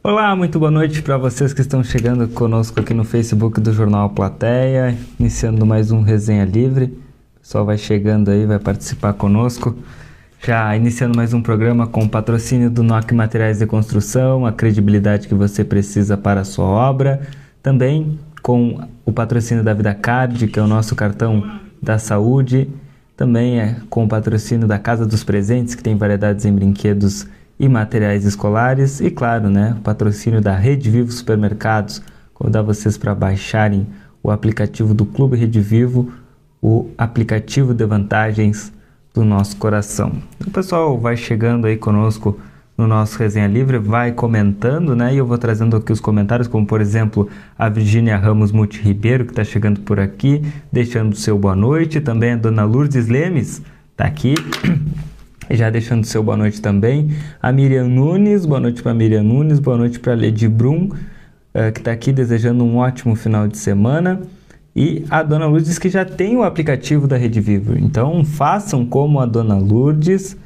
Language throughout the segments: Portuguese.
Olá, muito boa noite para vocês que estão chegando conosco aqui no Facebook do Jornal Plateia, iniciando mais um Resenha Livre. O pessoal vai chegando aí, vai participar conosco. Já iniciando mais um programa com o patrocínio do NOC Materiais de Construção, a credibilidade que você precisa para a sua obra. Também com o patrocínio da VidaCard, que é o nosso cartão da saúde. Também com o patrocínio da Casa dos Presentes, que tem variedades em brinquedos e materiais escolares. E claro, o patrocínio da Rede Vivo Supermercados. Convidar vocês para baixarem o aplicativo do Clube Rede Vivo, o aplicativo de vantagens do nosso coração. O pessoal vai chegando aí conosco no nosso Resenha Livre, vai comentando, e eu vou trazendo aqui os comentários, como por exemplo a Virgínia Ramos Muti Ribeiro, que está chegando por aqui, deixando o seu boa noite. Também a dona Lourdes Lemes está aqui, já deixando o seu boa noite também. A Miriam Nunes, boa noite para Miriam Nunes, boa noite para Lady Brum, que está aqui desejando um ótimo final de semana. E a dona Lourdes diz que já tem o aplicativo da Rede Vivo. Então façam como a dona Lourdes,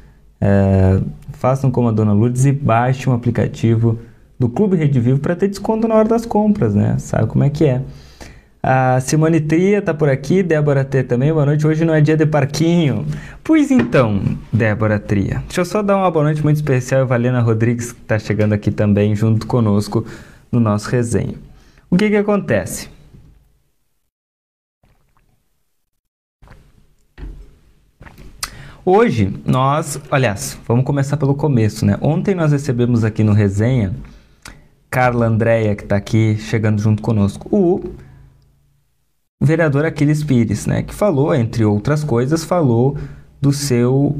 e baixem o aplicativo do Clube Rede Vivo para ter desconto na hora das compras, Sabe como é que é. A Simone Tria está por aqui, Débora T também, boa noite. Hoje não é dia de parquinho. Pois então, Débora Tria. Deixa eu só dar uma boa noite muito especial a Valena Rodrigues, que está chegando aqui também junto conosco no nosso resenha. O que acontece? Hoje vamos começar pelo começo, Ontem nós recebemos aqui no resenha Carla Andréia, que está aqui chegando junto conosco, o vereador Aquiles Pires, que falou, entre outras coisas, falou do seu,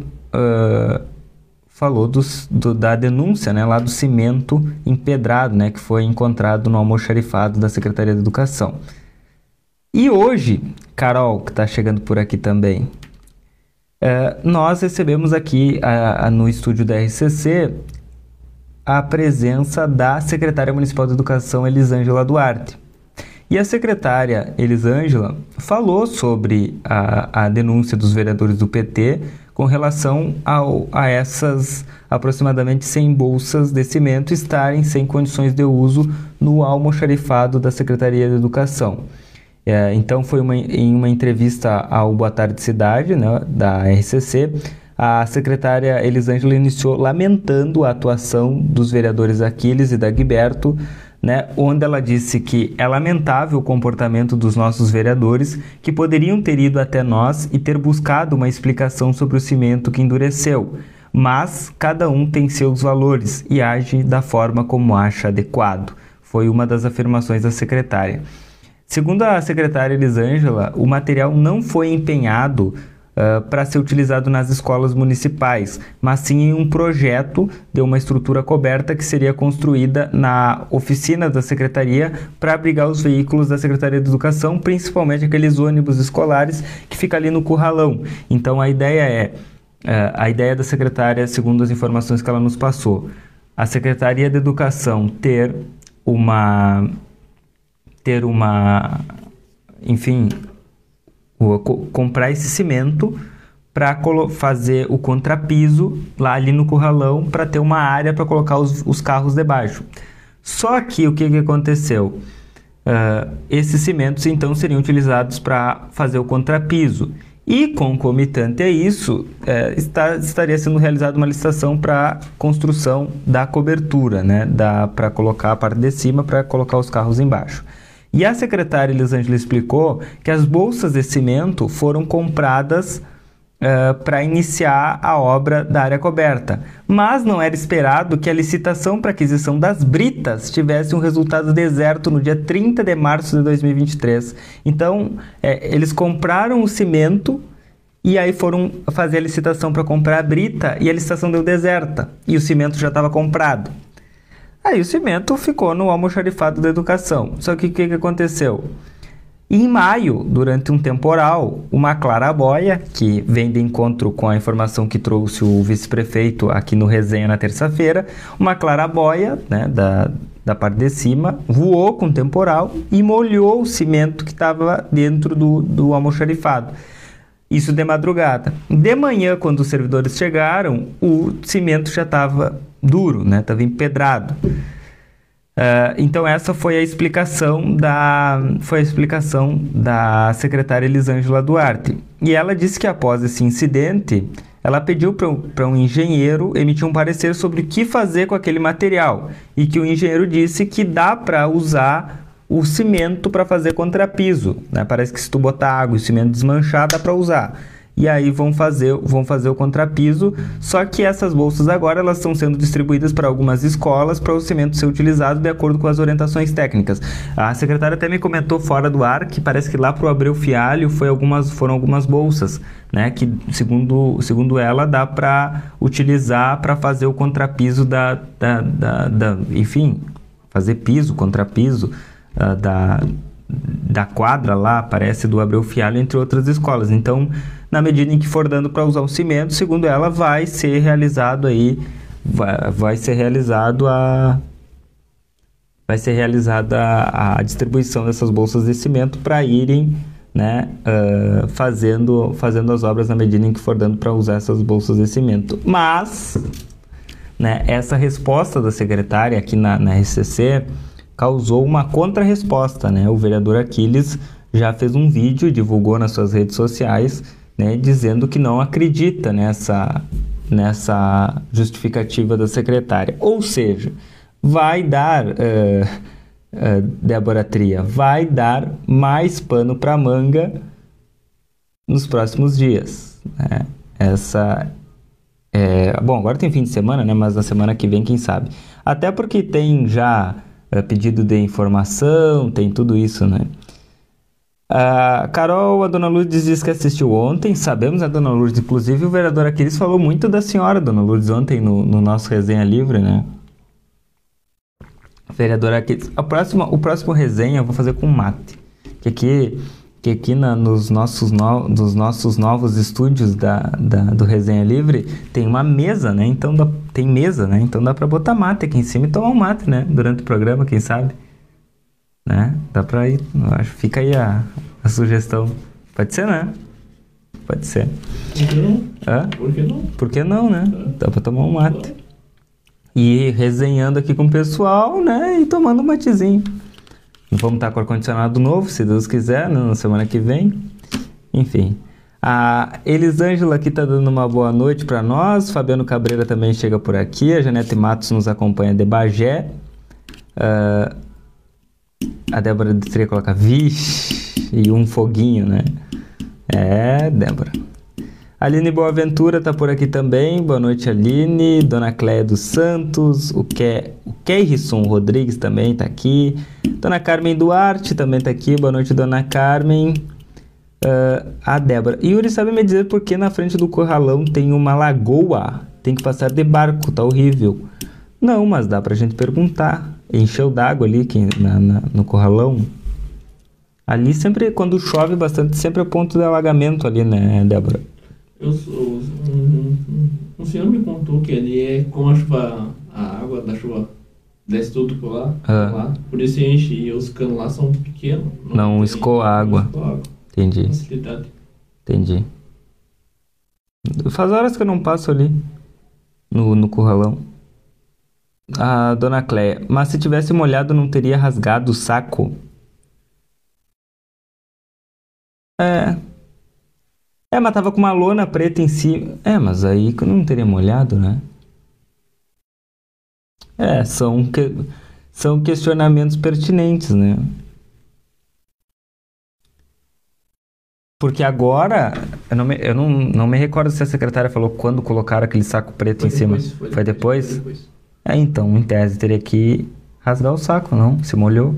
da denúncia, lá do cimento empedrado, que foi encontrado no almoxarifado da Secretaria de Educação. E hoje, Carol, que está chegando por aqui também, nós recebemos aqui no estúdio da RCC a presença da secretária municipal de Educação, Elisângela Duarte. E a secretária Elisângela falou sobre a denúncia dos vereadores do PT com relação a essas aproximadamente 100 bolsas de cimento estarem sem condições de uso no almoxarifado da Secretaria de Educação. Então foi em uma entrevista ao Boa Tarde Cidade, da RCC, a secretária Elisângela iniciou lamentando a atuação dos vereadores Aquiles e Dagberto, onde ela disse que é lamentável o comportamento dos nossos vereadores, que poderiam ter ido até nós e ter buscado uma explicação sobre o cimento que endureceu, mas cada um tem seus valores e age da forma como acha adequado. Foi uma das afirmações da secretária. Segundo a secretária Elisângela, o material não foi empenhado para ser utilizado nas escolas municipais, mas sim em um projeto de uma estrutura coberta que seria construída na oficina da secretaria para abrigar os veículos da Secretaria de Educação, principalmente aqueles ônibus escolares que ficam ali no curralão. Então a ideia da secretária, segundo as informações que ela nos passou, a Secretaria de Educação comprar esse cimento para fazer o contrapiso lá ali no curralão para ter uma área para colocar os carros debaixo. Só que o que aconteceu? Esses cimentos então seriam utilizados para fazer o contrapiso e concomitante a isso estaria sendo realizada uma licitação para construção da cobertura, para colocar a parte de cima para colocar os carros embaixo. E a secretária Elisângela explicou que as bolsas de cimento foram compradas para iniciar a obra da área coberta, mas não era esperado que a licitação para aquisição das britas tivesse um resultado deserto no dia 30 de março de 2023. Então, eles compraram o cimento e aí foram fazer a licitação para comprar a brita e a licitação deu deserta e o cimento já estava comprado. Aí o cimento ficou no almoxarifado da educação. Só que o que aconteceu? Em maio, durante um temporal, uma claraboia, que vem de encontro com a informação que trouxe o vice-prefeito aqui no resenha na terça-feira, uma claraboia, da parte de cima, voou com o temporal e molhou o cimento que estava dentro do almoxarifado. Isso de madrugada. De manhã, quando os servidores chegaram, o cimento já estava duro, estava empedrado. Então essa foi a explicação da secretária Elisângela Duarte. E ela disse que após esse incidente, ela pediu para um engenheiro emitir um parecer sobre o que fazer com aquele material. E que o engenheiro disse que dá para usar o cimento para fazer contrapiso, né? Parece que se tu botar água e cimento desmanchar, dá para usar. E aí vão fazer o contrapiso, só que essas bolsas agora elas estão sendo distribuídas para algumas escolas para o cimento ser utilizado de acordo com as orientações técnicas. A secretária até me comentou fora do ar que parece que lá para o Abreu Fialho foram algumas bolsas, né, que segundo ela dá para utilizar para fazer o contrapiso enfim, fazer piso, contrapiso da quadra lá, parece, do Abreu Fialho, entre outras escolas. Então, na medida em que for dando para usar o cimento, segundo ela, vai ser realizado a distribuição dessas bolsas de cimento para irem, né, fazendo as obras na medida em que for dando para usar essas bolsas de cimento. Mas, né, essa resposta da secretária aqui na RCC causou uma contra-resposta, né? O vereador Aquiles já fez um vídeo e divulgou nas suas redes sociais, né, dizendo que não acredita nessa justificativa da secretária. Ou seja, vai dar, Débora Tria, vai dar mais pano para manga nos próximos dias, né? Bom, agora tem fim de semana, né? Mas na semana que vem, quem sabe? Até porque tem já pedido de informação, tem tudo isso, né? Carol, a Dona Lourdes diz que assistiu ontem, sabemos, né, Dona Lourdes? Inclusive o vereador Aquiles falou muito da senhora, Dona Lourdes, ontem no nosso Resenha Livre, né? Vereador Aquiles, o próximo resenha eu vou fazer com mate, que aqui nos nossos novos estúdios do Resenha Livre tem uma mesa, né? Então tem mesa, né? Então dá pra botar mate aqui em cima e tomar um mate, né? Durante o programa, quem sabe? Né? Dá pra ir, acho, fica aí a sugestão. Pode ser, né? Pode ser. Por que não? Hã? Por que não? Por que não, né? Dá pra tomar um mate. E resenhando aqui com o pessoal, né? E tomando um matezinho. Vamos estar com o ar-condicionado novo, se Deus quiser, né, na semana que vem. Enfim. A Elisângela aqui está dando uma boa noite para nós. Fabiano Cabreira também chega por aqui. A Janete Matos nos acompanha de Bagé. A Débora teria que colocar vixe e um foguinho, né? Débora. Aline Boaventura está por aqui também. Boa noite, Aline. Dona Cléia dos Santos. O Keirson Rodrigues também está aqui. Dona Carmen Duarte também está aqui. Boa noite, Dona Carmen. A Débora. Yuri, sabe me dizer por que na frente do Corralão tem uma lagoa? Tem que passar de barco, tá horrível. Não, mas dá pra gente perguntar. Encheu d'água ali no Corralão? Ali sempre, quando chove bastante, sempre é ponto de alagamento ali, né, Débora? Um senhor me contou que ali é com a água da chuva desce tudo por lá, por isso enche, e os canos lá são pequenos. Não escoa água. Entendi. Facilidade. Entendi. Faz horas que eu não passo ali no Curralão. A Dona Cléia, mas se tivesse molhado não teria rasgado o saco? Mas tava com uma lona preta em cima. Mas aí que não teria molhado, né? São questionamentos pertinentes, né? Porque agora, eu não me recordo se a secretária falou quando colocaram aquele saco preto em cima. Foi depois? Então, em tese, teria que rasgar o saco, não? Se molhou.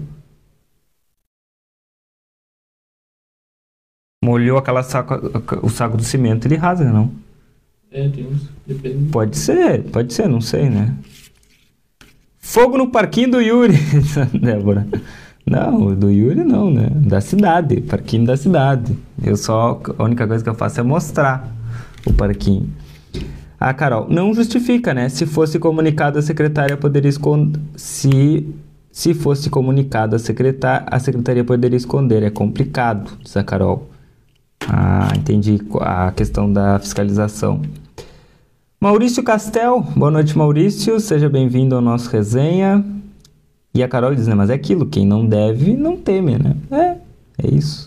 Molhou o saco do cimento, ele rasga, não? Depende. Pode ser, não sei, né? Fogo no parquinho do Yuri, Débora. Não, do Yuri não, né? Da cidade, parquinho da cidade. A única coisa que eu faço é mostrar o parquinho. A Carol, não justifica, né? Se fosse comunicado a secretária poderia esconder. Se fosse comunicado a secretaria poderia esconder. É complicado, diz a Carol. Entendi a questão da fiscalização. Maurício Castel, boa noite, Maurício. Seja bem-vindo ao nosso resenha. E a Carol diz, né? Mas é aquilo, quem não deve, não teme, né? É isso.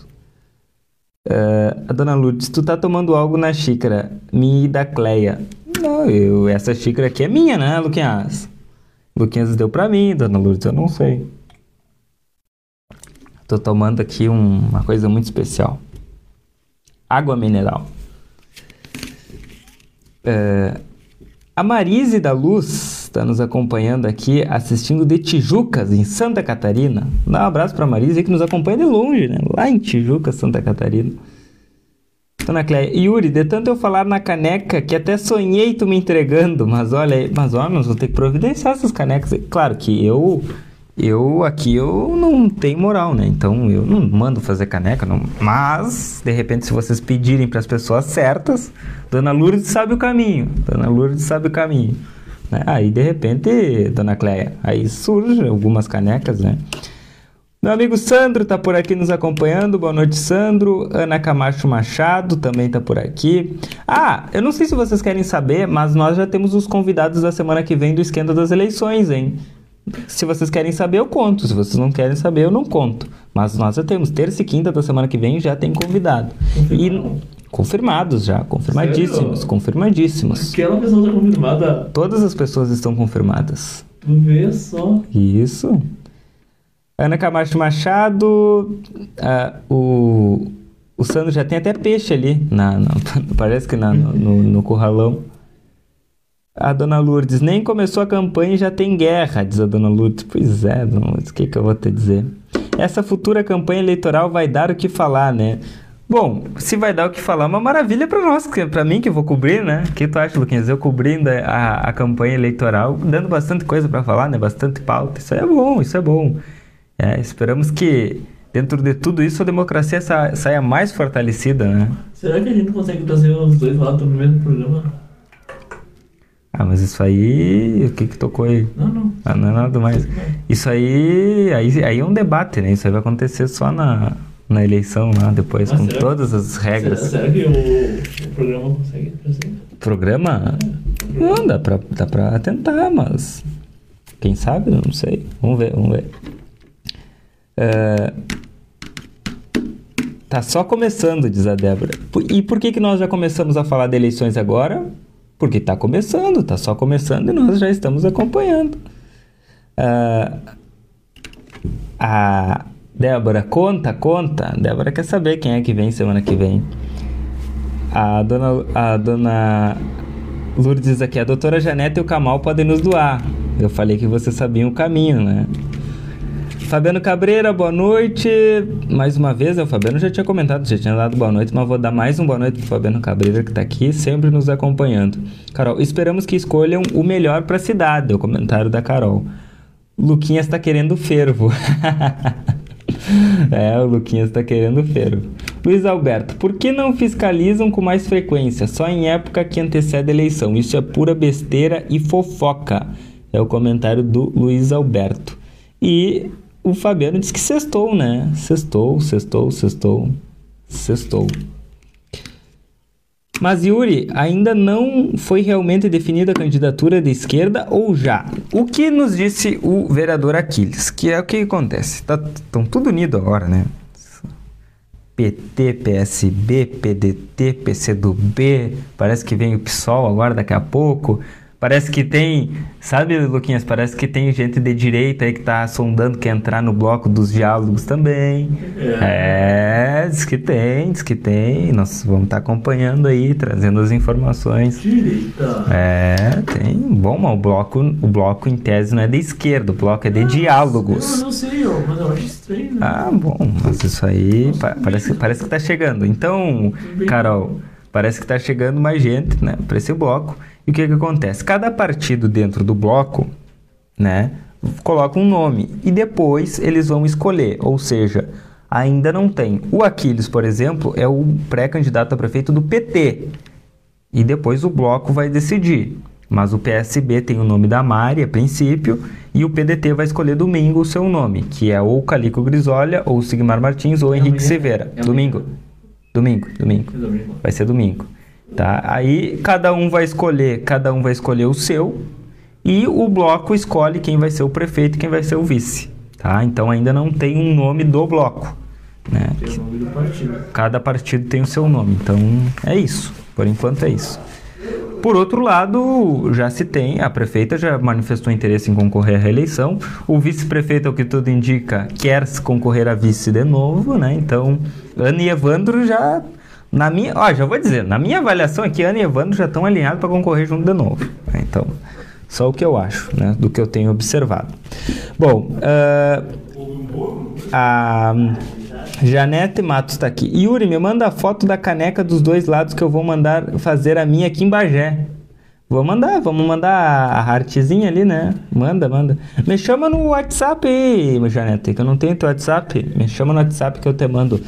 A dona Lourdes, tu tá tomando algo na xícara, minha e da Cleia. Não, essa xícara aqui é minha, né, Luquinhas? Luquinhas deu pra mim, dona Lourdes, eu não sei. Tô tomando aqui uma coisa muito especial. Água mineral. A Marise da Luz está nos acompanhando aqui, assistindo de Tijucas, em Santa Catarina. Dá um abraço para a Marise, que nos acompanha de longe, né? Lá em Tijucas, Santa Catarina. Dona Cléia, Yuri, de tanto eu falar na caneca que até sonhei tu me entregando, mas olha, nós vamos ter que providenciar essas canecas. Claro que eu não tenho moral, né? Então eu não mando fazer caneca, não. Mas, de repente, se vocês pedirem para as pessoas certas, Dona Lourdes sabe o caminho. Né? Aí, de repente, Dona Cléia, aí surgem algumas canecas, né? Meu amigo Sandro tá por aqui nos acompanhando. Boa noite, Sandro. Ana Camacho Machado também tá por aqui. Eu não sei se vocês querem saber, mas nós já temos os convidados da semana que vem do Esquenta das Eleições, hein? Se vocês querem saber, eu conto. Se vocês não querem saber, eu não conto. Mas nós já temos terça e quinta da semana que vem, já tem convidado. Confirmados já, confirmadíssimos. Sério? Confirmadíssimos. Aquela pessoa está confirmada? Todas as pessoas estão confirmadas. Tu vê só. Isso. Ana Camacho Machado, o Sandro já tem até peixe ali, parece que no curralão. A Dona Lourdes, nem começou a campanha e já tem guerra, diz a Dona Lourdes. Pois é, Dona Lourdes, o que eu vou te dizer? Essa futura campanha eleitoral vai dar o que falar, né? Bom, se vai dar o que falar, uma maravilha para nós, para mim que vou cobrir, né? O que tu acha, Luquinhas? Eu cobrindo a campanha eleitoral, dando bastante coisa para falar, né? Bastante pauta. Isso é bom. Esperamos que, dentro de tudo isso, a democracia saia mais fortalecida, né? Será que a gente consegue trazer os dois lados no mesmo programa? Mas isso aí... O que tocou aí? Não. Não é nada mais. Isso aí é um debate, né? Isso aí vai acontecer só na eleição lá, depois, com todas as regras. Será que o programa consegue trazer? Programa? Não, dá pra tentar, mas... Quem sabe? Não sei. Vamos ver. Tá só começando, diz a Débora. E por que nós já começamos a falar de eleições agora? Porque tá só começando e nós já estamos acompanhando. A Débora, conta. Débora quer saber quem é que vem semana que vem. A dona Lourdes diz aqui, a doutora Janete e o Kamal podem nos doar. Eu falei que vocês sabiam o caminho, né? Fabiano Cabreira, boa noite. Mais uma vez, o Fabiano já tinha comentado, já tinha dado boa noite, mas vou dar mais um boa noite pro Fabiano Cabreira, que tá aqui, sempre nos acompanhando. Carol, esperamos que escolham o melhor pra cidade, é o comentário da Carol. Luquinhas tá querendo fervo. O Luquinhas tá querendo fervo. Luiz Alberto, por que não fiscalizam com mais frequência, só em época que antecede a eleição? Isso é pura besteira e fofoca. É o comentário do Luiz Alberto. E o Fabiano disse que sextou, né? Sextou. Mas, Yuri, ainda não foi realmente definida a candidatura de esquerda ou já? O que nos disse o vereador Aquiles? Que é o que acontece? Estão tudo unido agora, né? PT, PSB, PDT, PCdoB, parece que vem o PSOL agora daqui a pouco... Parece que tem, sabe, Luquinhas, parece que tem gente de direita aí que tá sondando que entrar no bloco dos diálogos também. Diz que tem. Nós vamos estar acompanhando aí, trazendo as informações. Direita. Tem. Bom, mas o bloco em tese não é de esquerda, o bloco é de diálogos. Eu não sei, mas eu acho estranho, né? Bom, mas isso aí parece que tá chegando. Então, Carol, parece que tá chegando mais gente, né, para esse bloco. E o que acontece? Cada partido dentro do bloco, né, coloca um nome e depois eles vão escolher, ou seja, ainda não tem. O Aquiles, por exemplo, é o pré-candidato a prefeito do PT e depois o bloco vai decidir. Mas o PSB tem o nome da Mari, a princípio, e o PDT vai escolher domingo o seu nome, que é ou Calico Grisolha, ou Sigmar Martins, ou Henrique Severa. Domingo. Vai ser domingo. Tá? Aí cada um vai escolher o seu e o bloco escolhe quem vai ser o prefeito e quem vai ser o vice, tá? Então ainda não tem um nome do bloco, né? Tem o nome do partido. Cada partido tem o seu nome, então é isso, por enquanto é isso. Por outro lado, já se tem, a prefeita já manifestou interesse em concorrer à reeleição, o vice-prefeito, ao que tudo indica, quer concorrer a vice de novo, né? Então, Ana e Evandro já, já vou dizer, na minha avaliação aqui, Ana e Evandro já estão alinhados para concorrer junto de novo, né? Então, só o que eu acho, né? Do que eu tenho observado. Bom, a Janete Matos está aqui. Yuri, me manda a foto da caneca dos dois lados que eu vou mandar fazer a minha aqui em Bagé. Vamos mandar a artezinha ali, né? Manda. Me chama no WhatsApp aí, Janete, que eu não tenho teu WhatsApp. Me chama no WhatsApp que eu te mando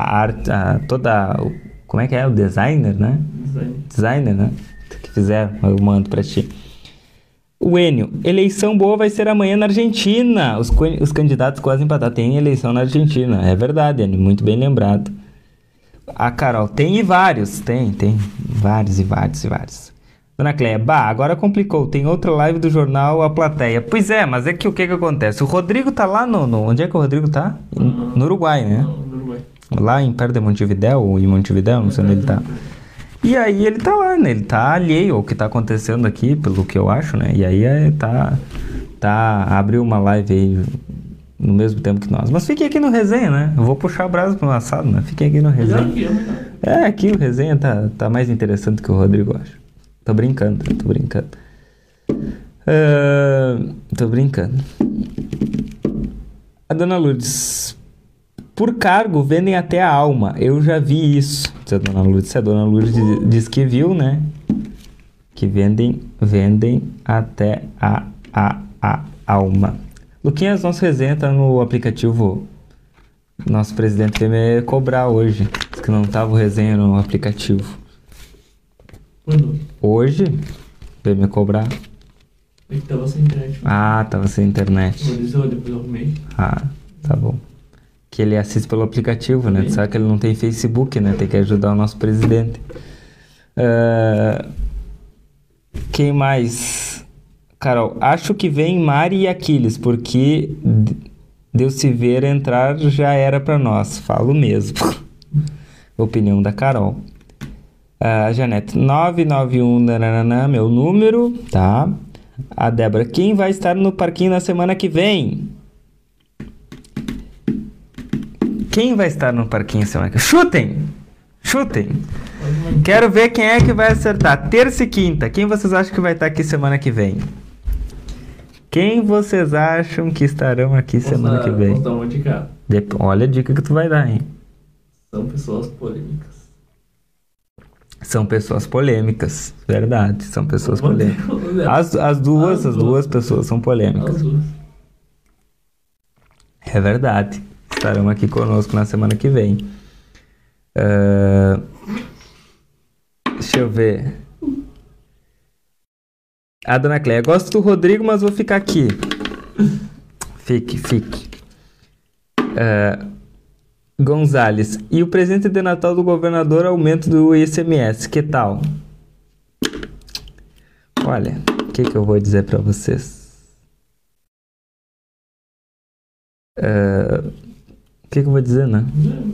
como é que é? O designer, né? Designer, né? Se quiser, eu mando pra ti. O Enio, eleição boa vai ser amanhã na Argentina. Os candidatos quase empatados. Tem eleição na Argentina. É verdade, Enio. Muito bem lembrado. A Carol, tem vários. Tem vários e vários. Dona Cleia, agora complicou. Tem outra live do jornal A Plateia. Pois é, mas é que o que acontece? O Rodrigo tá lá onde é que o Rodrigo tá? No Uruguai, né? No Uruguai. Lá em perto de Montevidéu, ou em Montevidéu, não sei onde ele tá. E aí ele tá lá, né? Ele tá alheio ao que tá acontecendo aqui, pelo que eu acho, né? E aí abriu uma live aí no mesmo tempo que nós. Mas fiquem aqui no resenha, né? Eu vou puxar a brasa pro assado, né? Fiquem aqui no resenha. Aqui o resenha tá mais interessante que o Rodrigo, eu acho. Tô brincando. Tô brincando. A Dona Lourdes... Por cargo, vendem até a alma. Eu já vi isso. Se a Dona Lourdes diz que viu, né? Que vendem até a alma. Luquinhas, nosso resenha tá no aplicativo. Nosso presidente veio me cobrar hoje. Diz que não tava o resenha no aplicativo. Quando? Hoje? Veio me cobrar. É que tava sem internet. Tava sem internet. Depois eu arrumei. Tá bom. Que ele assiste pelo aplicativo, né? Tu sabe que ele não tem Facebook, né? Tem que ajudar o nosso presidente. Quem mais? Carol, acho que vem Mari e Aquiles, porque Deus se ver entrar já era pra nós. Falo mesmo. Opinião da Carol. Janete, 991, nananana, meu número, tá? A Débora, quem vai estar no parquinho na semana que vem? Quem vai estar no parquinho semana que vem? Chutem! Quero ver quem é que vai acertar. Terça e quinta. Quem vocês acham que vai estar aqui semana que vem? Quem vocês acham que estarão aqui semana que vem? Posso dar uma dica? Olha a dica que tu vai dar, hein? São pessoas polêmicas. São pessoas polêmicas. Verdade, são pessoas polêmicas. As duas pessoas são polêmicas. As duas. É verdade. Estarão aqui conosco na semana que vem. Deixa eu ver. A Dona Cleia, gosto do Rodrigo, mas vou ficar aqui. Fique. Gonzales, e o presente de Natal do governador, aumento do ICMS, que tal? Olha, o que eu vou dizer para vocês? O que eu vou dizer, né?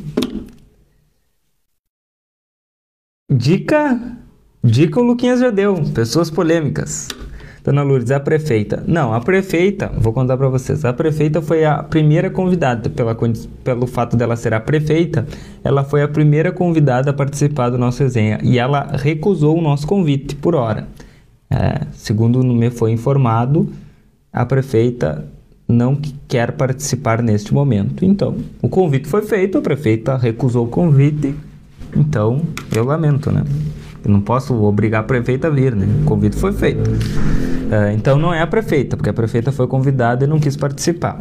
Dica o Luquinhas já deu. Pessoas polêmicas. Dona Lourdes, a prefeita. Não, a prefeita, vou contar pra vocês. A prefeita foi a primeira convidada. Pelo fato dela ser a prefeita, ela foi a primeira convidada a participar do nosso resenha. E ela recusou o nosso convite por hora. Segundo me foi informado, a prefeita não quer participar neste momento. Então, o convite foi feito, a prefeita recusou o convite. Então, eu lamento, né? Eu não posso obrigar a prefeita a vir, né? O convite foi feito. Então, não é a prefeita, porque a prefeita foi convidada e não quis participar.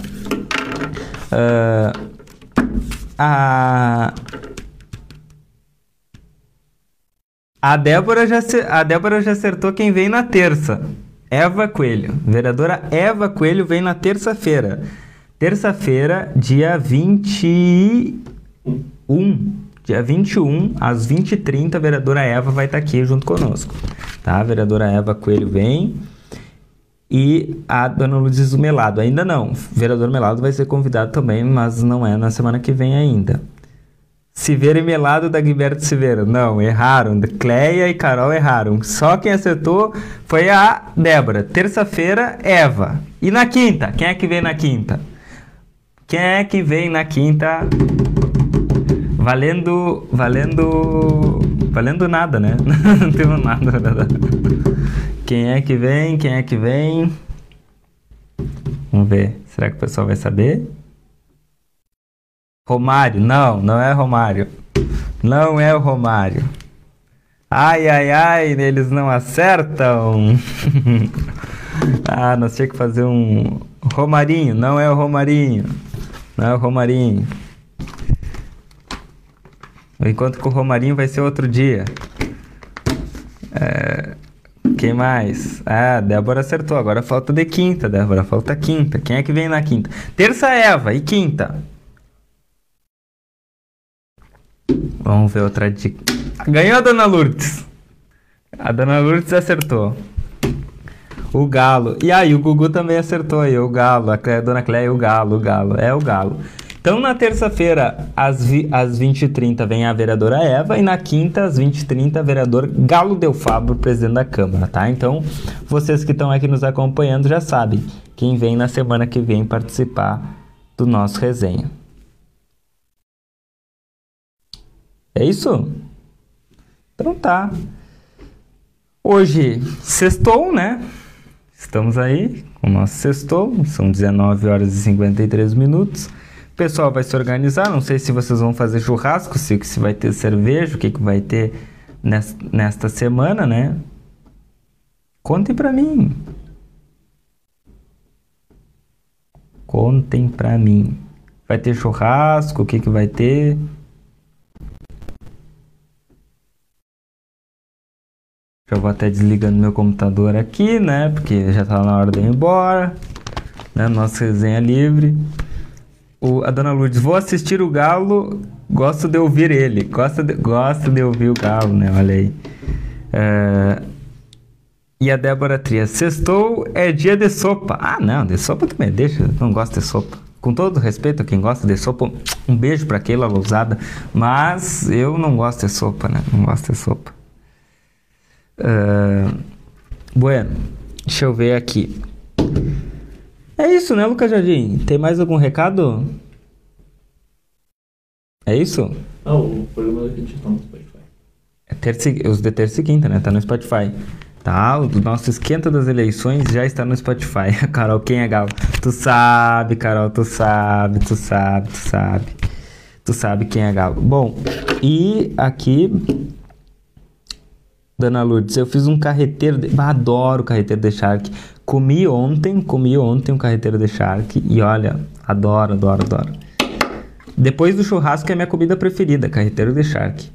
A Débora já acertou quem vem na terça. Eva Coelho. Vereadora Eva Coelho vem na terça-feira. Terça-feira, dia 21. Dia 21, às 20h30, a vereadora Eva vai estar aqui junto conosco. Tá? A vereadora Eva Coelho vem. e a dona Lourdes Melado. Ainda não. O vereador Melado vai ser convidado também, mas não é na semana que vem ainda. Silveira e Melado da Guilherme Silveira. Não, erraram. Cleia e Carol erraram. Só quem acertou foi a Débora. Terça-feira, Eva. E na quinta? Quem é que vem na quinta? Quem é que vem na quinta? Valendo nada, né? Não temos nada. Quem é que vem? Quem é que vem? Vamos ver. Será que o pessoal vai saber? Romário. Não, não é Romário. Não é o Romário. Ai, ai, ai, eles não acertam. Ah, nós tínhamos que fazer um Romarinho. Não é o Romarinho. Não é o Romarinho. Enquanto que o Romarinho vai ser outro dia. Quem mais? Ah, Débora acertou. Agora falta de quinta, Débora. Falta quinta. Quem é que vem na quinta? Terça, Eva. E quinta? Vamos ver outra dica. Ganhou a dona Lourdes. A dona Lourdes acertou. O galo. E aí, o Gugu também acertou aí. O galo. A dona Cléia, o galo. É o galo. Então, na terça-feira, às 20h30, vem a vereadora Eva. E na quinta, às 20h30, vereador Galo Del Fabro, presidente da Câmara, tá? Então, vocês que estão aqui nos acompanhando já sabem quem vem na semana que vem participar do nosso resenha. É isso? Então tá. Hoje, sextou, né? Estamos aí com o nosso sextou. São 19h53. O pessoal vai se organizar. Não sei se vocês vão fazer churrasco, se vai ter cerveja, o que vai ter nesta semana, né? Contem pra mim. Contem pra mim. Vai ter churrasco? O que vai ter? Já vou até desligando meu computador aqui, né? Porque já tá na hora de ir embora. Né? Nossa resenha livre. A dona Lourdes, vou assistir o Galo. Gosto de ouvir ele. Gosto de ouvir o Galo, né? Olha aí. E a Débora Trias, sextou é dia de sopa. Ah, não, de sopa também deixa. Eu não gosto de sopa. Com todo respeito a quem gosta de sopa, um beijo pra aquela lousada. Mas eu não gosto de sopa, né? Não gosto de sopa. Bueno, deixa eu ver aqui. É isso, né, Lucas Jardim? Tem mais algum recado? É isso? O programa da gente tá no Spotify. Os de terça e quinta, né? Tá no Spotify. Tá, o nosso esquenta das eleições já está no Spotify. Carol, quem é Galo? Tu sabe, Carol, tu sabe. Tu sabe quem é Galo. Bom, e aqui... Dona Lourdes, eu fiz um carreteiro adoro carreteiro de charque. Comi ontem um carreteiro de charque. E olha, adoro. Depois do churrasco é minha comida preferida, carreteiro de charque.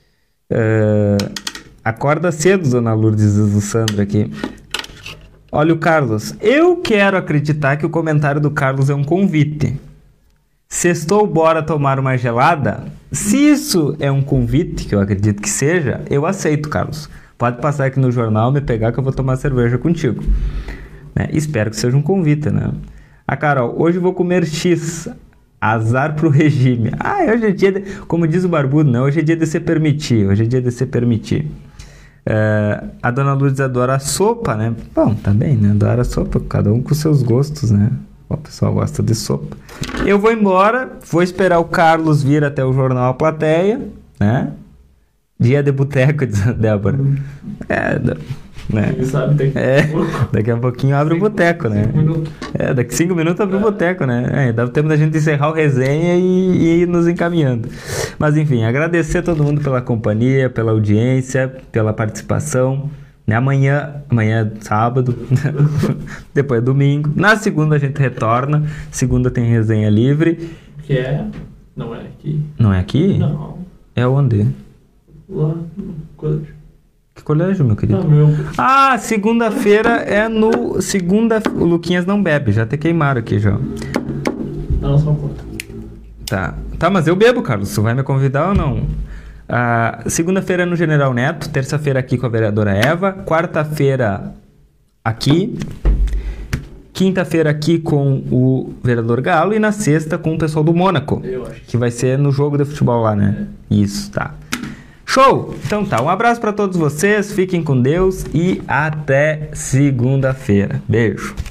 Acorda cedo, Dona Lourdes, diz o Sandro aqui. Olha o Carlos. Eu quero acreditar que o comentário do Carlos é um convite. Sextou, bora tomar uma gelada? Se isso é um convite, que eu acredito que seja, eu aceito, Carlos. Pode passar aqui no jornal, me pegar que eu vou tomar cerveja contigo. Né? Espero que seja um convite, né? A Carol, hoje vou comer X. Azar pro regime. Hoje é dia de... Como diz o Barbudo, né? Hoje é dia de se permitir. A Dona Lourdes adora a sopa, né? Bom, tá bem, né? Adora a sopa, cada um com seus gostos, né? O pessoal gosta de sopa. Eu vou embora, vou esperar o Carlos vir até o Jornal A Plateia, né? Dia de boteco, diz a Débora. Né? Daqui a pouquinho abre o boteco, né? Daqui 5 minutos abre o boteco, né? Dá tempo da gente encerrar o resenha e ir nos encaminhando. Mas enfim, agradecer a todo mundo pela companhia, pela audiência, pela participação. Amanhã é sábado, depois é domingo. Na segunda a gente retorna. Segunda tem resenha livre. Não é aqui. Não é aqui? Não. É onde? Lá no colégio. Que colégio, meu querido? Segunda-feira é no... O Luquinhas não bebe, já te queimaram aqui já. Não, só conta. Tá, mas eu bebo, Carlos. Você vai me convidar ou não? Segunda-feira no General Neto, terça-feira aqui com a vereadora Eva, quarta-feira aqui quinta-feira aqui com o vereador Galo e na sexta com o pessoal do Mônaco. Eu acho. Que vai ser no jogo de futebol lá, né? Isso, tá. Show! Então tá, um abraço para todos vocês, fiquem com Deus e até segunda-feira. Beijo!